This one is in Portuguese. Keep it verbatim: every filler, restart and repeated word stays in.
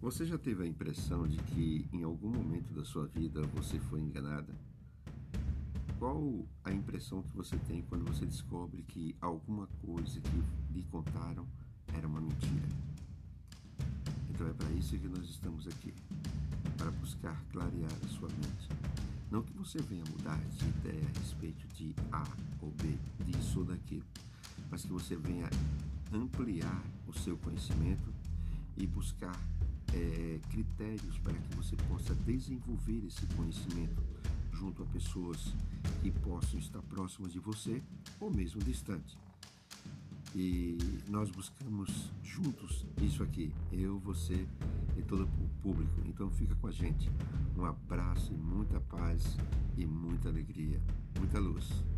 Você já teve a impressão de que em algum momento da sua vida você foi enganada? Qual a impressão que você tem quando você descobre que alguma coisa que lhe contaram era uma mentira? Então é para isso que nós estamos aqui, para buscar clarear a sua mente. Não que você venha mudar de ideia a respeito de A ou B, disso ou daquilo, mas que você venha ampliar o seu conhecimento e buscar é, critérios para que você possa desenvolver esse conhecimento junto a pessoas que possam estar próximas de você ou mesmo distante. E nós buscamos juntos isso aqui, eu, você e todo o público. Então fica com a gente. Um abraço e muita paz e muita alegria, muita luz.